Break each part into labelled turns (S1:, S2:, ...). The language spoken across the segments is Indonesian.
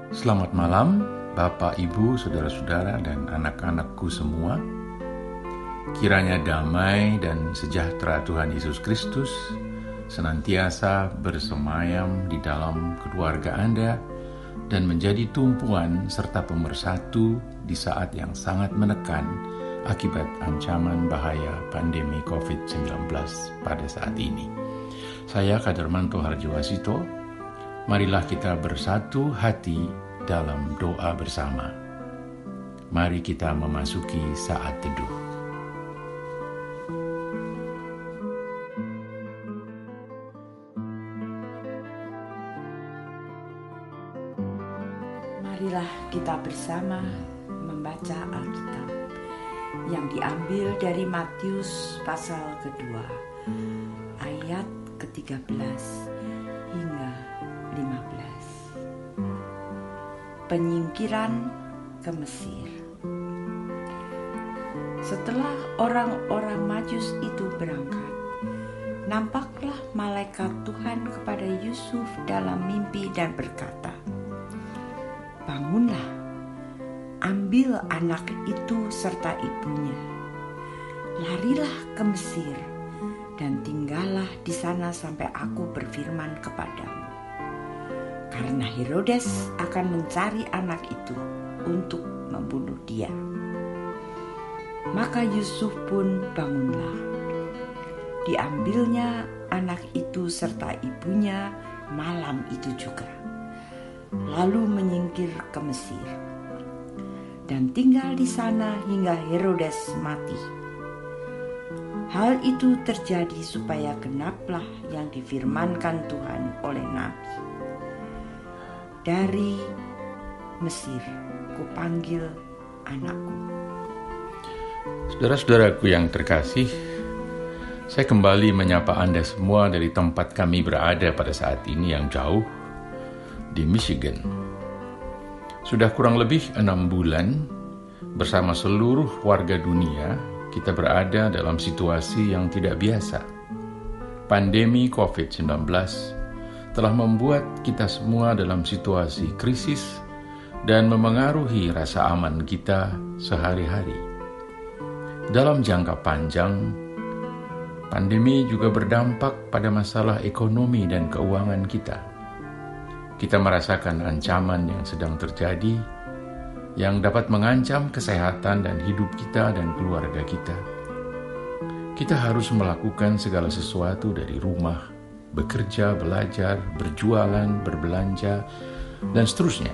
S1: Selamat malam, Bapak, Ibu, saudara-saudara, dan anak-anakku semua. Kiranya damai dan sejahtera Tuhan Yesus Kristus senantiasa bersemayam di dalam keluarga Anda dan menjadi tumpuan serta pemersatu di saat yang sangat menekan akibat ancaman bahaya pandemi COVID-19 pada saat ini. Saya Kadarmanto Harjowasito. Marilah kita bersatu hati dalam doa bersama. Mari kita memasuki saat teduh.
S2: Marilah kita bersama membaca Alkitab yang diambil dari Matius pasal kedua, ayat ke-13 hingga 15. Penyingkiran ke Mesir. Setelah orang-orang Majus itu berangkat, nampaklah malaikat Tuhan kepada Yusuf dalam mimpi dan berkata, "Bangunlah, ambil anak itu serta ibunya, larilah ke Mesir dan tinggallah di sana sampai aku berfirman kepadamu. Karena Herodes akan mencari anak itu untuk membunuh dia." Maka Yusuf pun bangunlah. Diambilnya anak itu serta ibunya malam itu juga, lalu menyingkir ke Mesir dan tinggal di sana hingga Herodes mati. Hal itu terjadi supaya genaplah yang difirmankan Tuhan oleh Nabi, "Dari Mesir kupanggil anakku."
S1: Saudara-saudaraku yang terkasih, saya kembali menyapa Anda semua dari tempat kami berada pada saat ini yang jauh di Michigan. Sudah kurang lebih 6 bulan bersama seluruh warga dunia kita berada dalam situasi yang tidak biasa. Pandemi COVID-19 telah membuat kita semua dalam situasi krisis dan memengaruhi rasa aman kita sehari-hari. Dalam jangka panjang, pandemi juga berdampak pada masalah ekonomi dan keuangan kita. Kita merasakan ancaman yang sedang terjadi yang dapat mengancam kesehatan dan hidup kita dan keluarga kita. Kita harus melakukan segala sesuatu dari rumah, bekerja, belajar, berjualan, berbelanja, dan seterusnya.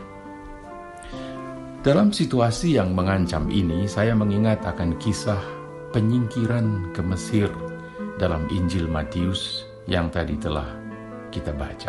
S1: Dalam situasi yang mengancam ini, saya mengingat akan kisah penyingkiran ke Mesir dalam Injil Matius yang tadi telah kita baca.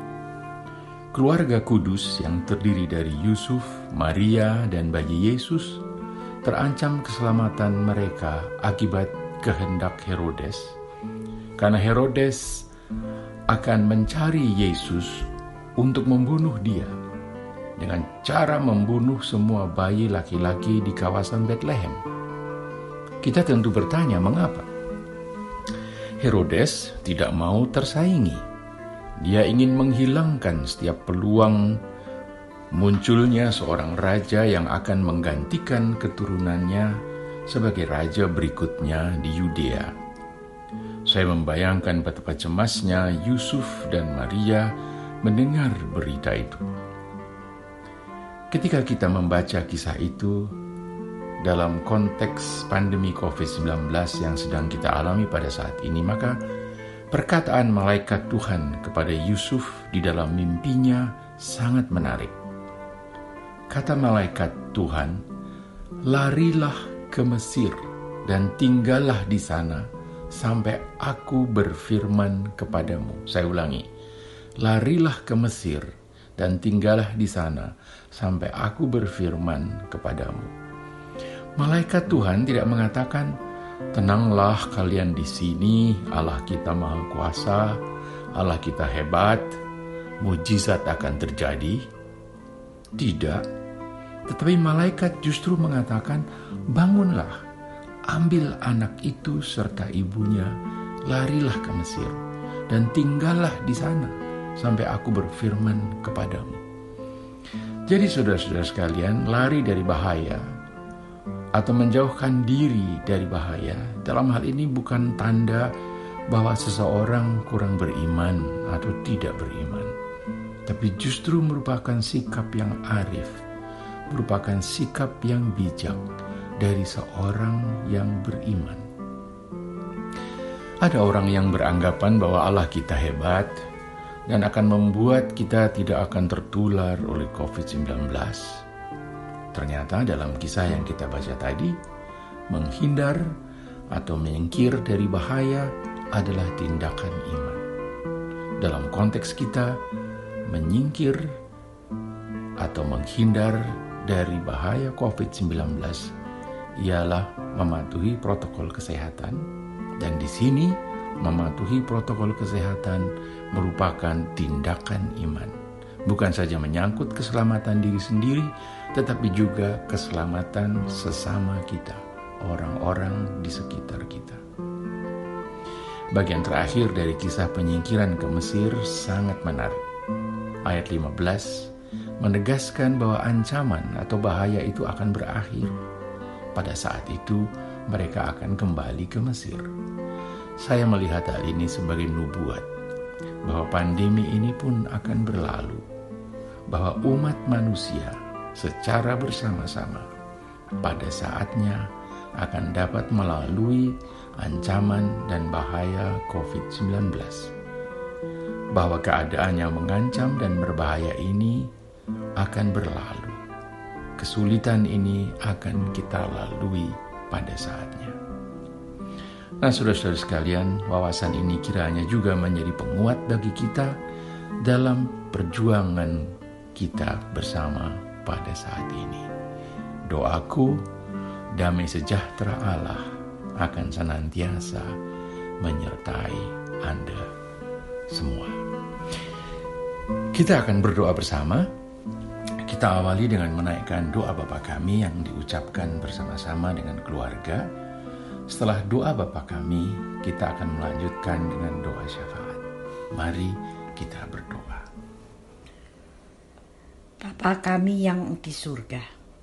S1: Keluarga kudus yang terdiri dari Yusuf, Maria, dan bayi Yesus terancam keselamatan mereka akibat kehendak Herodes, karena Herodes akan mencari Yesus untuk membunuh dia dengan cara membunuh semua bayi laki-laki di kawasan Bethlehem. Kita tentu bertanya, mengapa? Herodes tidak mau tersaingi. Dia ingin menghilangkan setiap peluang munculnya seorang raja yang akan menggantikan keturunannya sebagai raja berikutnya di Yudea. Saya membayangkan betapa cemasnya Yusuf dan Maria mendengar berita itu. Ketika kita membaca kisah itu dalam konteks pandemi COVID-19 yang sedang kita alami pada saat ini, maka perkataan malaikat Tuhan kepada Yusuf di dalam mimpinya sangat menarik. Kata malaikat Tuhan, "Larilah ke Mesir dan tinggallah di sana sampai aku berfirman kepadamu." Saya ulangi, larilah ke Mesir dan tinggallah di sana sampai aku berfirman kepadamu. Malaikat Tuhan tidak mengatakan, "Tenanglah kalian di sini, Allah kita maha kuasa, Allah kita hebat, mujizat akan terjadi." Tidak, tetapi malaikat justru mengatakan, "Bangunlah, ambil anak itu serta ibunya, larilah ke Mesir, dan tinggallah di sana sampai aku berfirman kepadamu." Jadi saudara-saudara sekalian, lari dari bahaya atau menjauhkan diri dari bahaya dalam hal ini bukan tanda bahwa seseorang kurang beriman atau tidak beriman, tapi justru merupakan sikap yang arif, merupakan sikap yang bijak dari seorang yang beriman. Ada orang yang beranggapan bahwa Allah kita hebat dan akan membuat kita tidak akan tertular oleh COVID-19. Ternyata dalam kisah yang kita baca tadi, menghindar atau menyingkir dari bahaya adalah tindakan iman. Dalam konteks kita, menyingkir atau menghindar dari bahaya COVID-19 ialah mematuhi protokol kesehatan, dan di sini mematuhi protokol kesehatan merupakan tindakan iman. Bukan saja menyangkut keselamatan diri sendiri, tetapi juga keselamatan sesama kita, orang-orang di sekitar kita. Bagian terakhir dari kisah penyingkiran ke Mesir sangat menarik. Ayat 15 menegaskan bahwa ancaman atau bahaya itu akan berakhir. Pada saat itu mereka akan kembali ke Mesir. Saya melihat hal ini sebagai nubuat bahwa pandemi ini pun akan berlalu, bahwa umat manusia secara bersama-sama pada saatnya akan dapat melalui ancaman dan bahaya COVID-19. Bahwa keadaan yang mengancam dan berbahaya ini akan berlalu. Kesulitan ini akan kita lalui pada saatnya. Nah, saudara-saudara sekalian, wawasan ini kiranya juga menjadi penguat bagi kita dalam perjuangan kita bersama pada saat ini. Doaku, damai sejahtera Allah akan senantiasa menyertai Anda semua. Kita akan berdoa bersama. Kita awali dengan menaikkan doa Bapa kami yang diucapkan bersama-sama dengan keluarga. Setelah doa Bapa kami, kita akan melanjutkan dengan doa syafaat. Mari kita berdoa.
S2: Bapa kami yang di surga,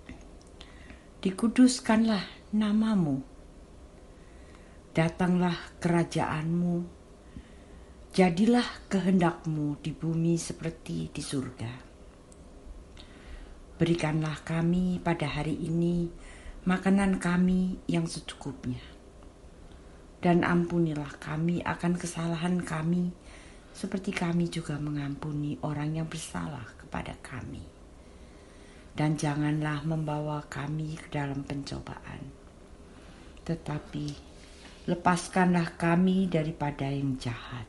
S2: dikuduskanlah namamu. Datanglah kerajaanmu, jadilah kehendakmu di bumi seperti di surga. Berikanlah kami pada hari ini makanan kami yang secukupnya. Dan ampunilah kami akan kesalahan kami, seperti kami juga mengampuni orang yang bersalah kepada kami. Dan janganlah membawa kami ke dalam pencobaan, tetapi lepaskanlah kami daripada yang jahat.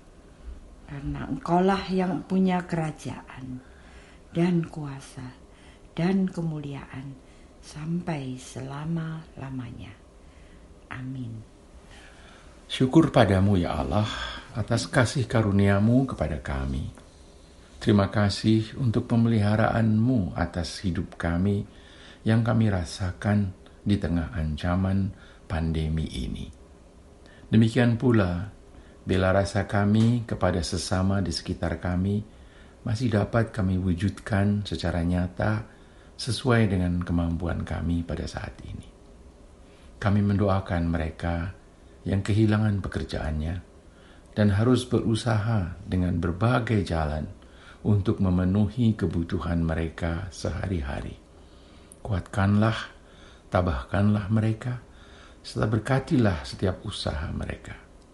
S2: Karena Engkaulah yang punya kerajaan dan kuasa dan kemuliaan sampai selama-lamanya. Amin.
S1: Syukur padamu ya Allah atas kasih karuniamu kepada kami. Terima kasih untuk pemeliharaanmu atas hidup kami yang kami rasakan di tengah ancaman pandemi ini. Demikian pula, bela rasa kami kepada sesama di sekitar kami masih dapat kami wujudkan secara nyata sesuai dengan kemampuan kami pada saat ini. Kami mendoakan mereka yang kehilangan pekerjaannya dan harus berusaha dengan berbagai jalan untuk memenuhi kebutuhan mereka sehari-hari. Kuatkanlah, tabahkanlah mereka, serta berkatilah setiap usaha mereka.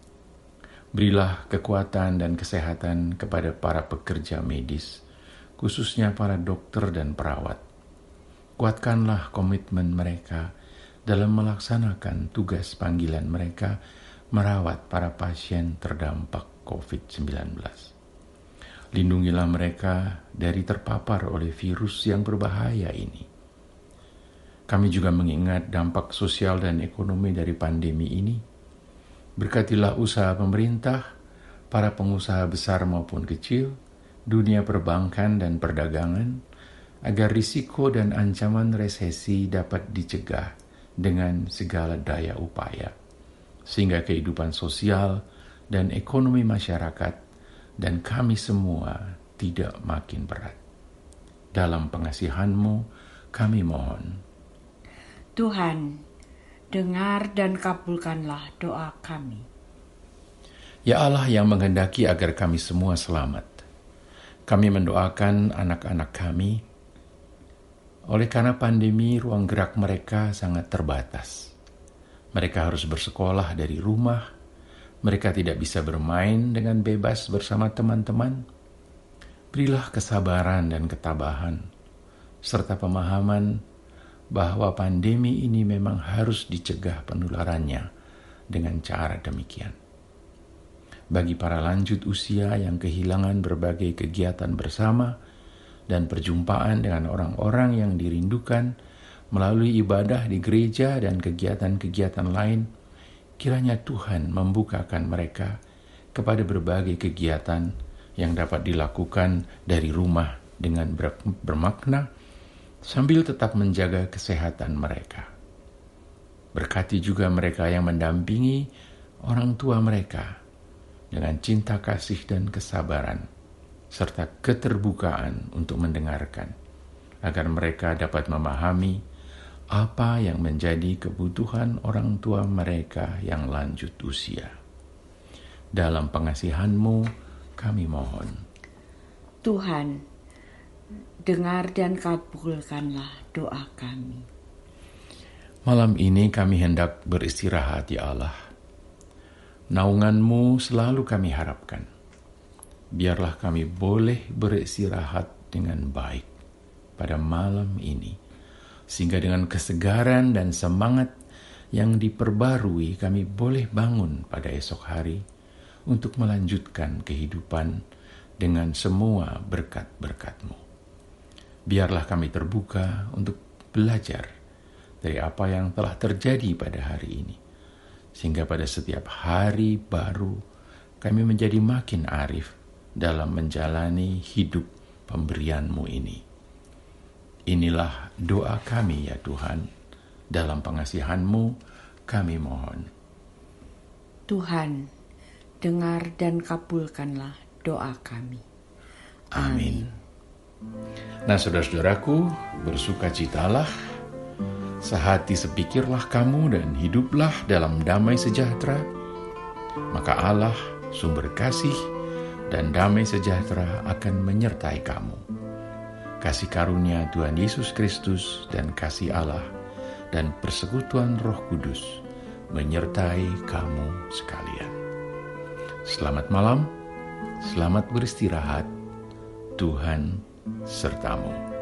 S1: Berilah kekuatan dan kesehatan kepada para pekerja medis, khususnya para dokter dan perawat. Kuatkanlah komitmen mereka dalam melaksanakan tugas panggilan mereka merawat para pasien terdampak COVID-19. Lindungilah mereka dari terpapar oleh virus yang berbahaya ini. Kami juga mengingat dampak sosial dan ekonomi dari pandemi ini. Berkatilah usaha pemerintah, para pengusaha besar maupun kecil, dunia perbankan dan perdagangan, agar risiko dan ancaman resesi dapat dicegah dengan segala daya upaya, sehingga kehidupan sosial dan ekonomi masyarakat dan kami semua tidak makin berat. Dalam pengasihan-Mu kami mohon.
S2: Tuhan, dengar dan kabulkanlah doa kami.
S1: Ya Allah yang menghendaki agar kami semua selamat, kami mendoakan anak-anak kami. Oleh karena pandemi, ruang gerak mereka sangat terbatas. Mereka harus bersekolah dari rumah. Mereka tidak bisa bermain dengan bebas bersama teman-teman. Berilah kesabaran dan ketabahan, serta pemahaman bahwa pandemi ini memang harus dicegah penularannya dengan cara demikian. Bagi para lanjut usia yang kehilangan berbagai kegiatan bersama dan perjumpaan dengan orang-orang yang dirindukan melalui ibadah di gereja dan kegiatan-kegiatan lain, kiranya Tuhan membukakan mereka kepada berbagai kegiatan yang dapat dilakukan dari rumah dengan bermakna sambil tetap menjaga kesehatan mereka. Berkati juga mereka yang mendampingi orang tua mereka dengan cinta kasih dan kesabaran, serta keterbukaan untuk mendengarkan, agar mereka dapat memahami apa yang menjadi kebutuhan orang tua mereka yang lanjut usia. Dalam pengasihan-Mu kami mohon.
S2: Tuhan, dengar dan kabulkanlah doa kami.
S1: Malam ini kami hendak beristirahat, ya Allah. Naungan-Mu selalu kami harapkan. Biarlah kami boleh beristirahat dengan baik pada malam ini, sehingga dengan kesegaran dan semangat yang diperbarui kami boleh bangun pada esok hari untuk melanjutkan kehidupan dengan semua berkat-berkat-Mu. Biarlah kami terbuka untuk belajar dari apa yang telah terjadi pada hari ini, sehingga pada setiap hari baru kami menjadi makin arif dalam menjalani hidup pemberian-Mu ini. Inilah doa kami ya Tuhan, dalam pengasihan-Mu kami mohon.
S2: Tuhan, dengar dan kabulkanlah doa kami.
S1: Amin. Nah, saudara-saudaraku, bersukacitalah, sehati sepikirlah kamu dan hiduplah dalam damai sejahtera. Maka Allah, sumber kasih dan damai sejahtera akan menyertai kamu. Kasih karunia Tuhan Yesus Kristus dan kasih Allah dan persekutuan Roh Kudus menyertai kamu sekalian. Selamat malam, selamat beristirahat. Tuhan sertamu.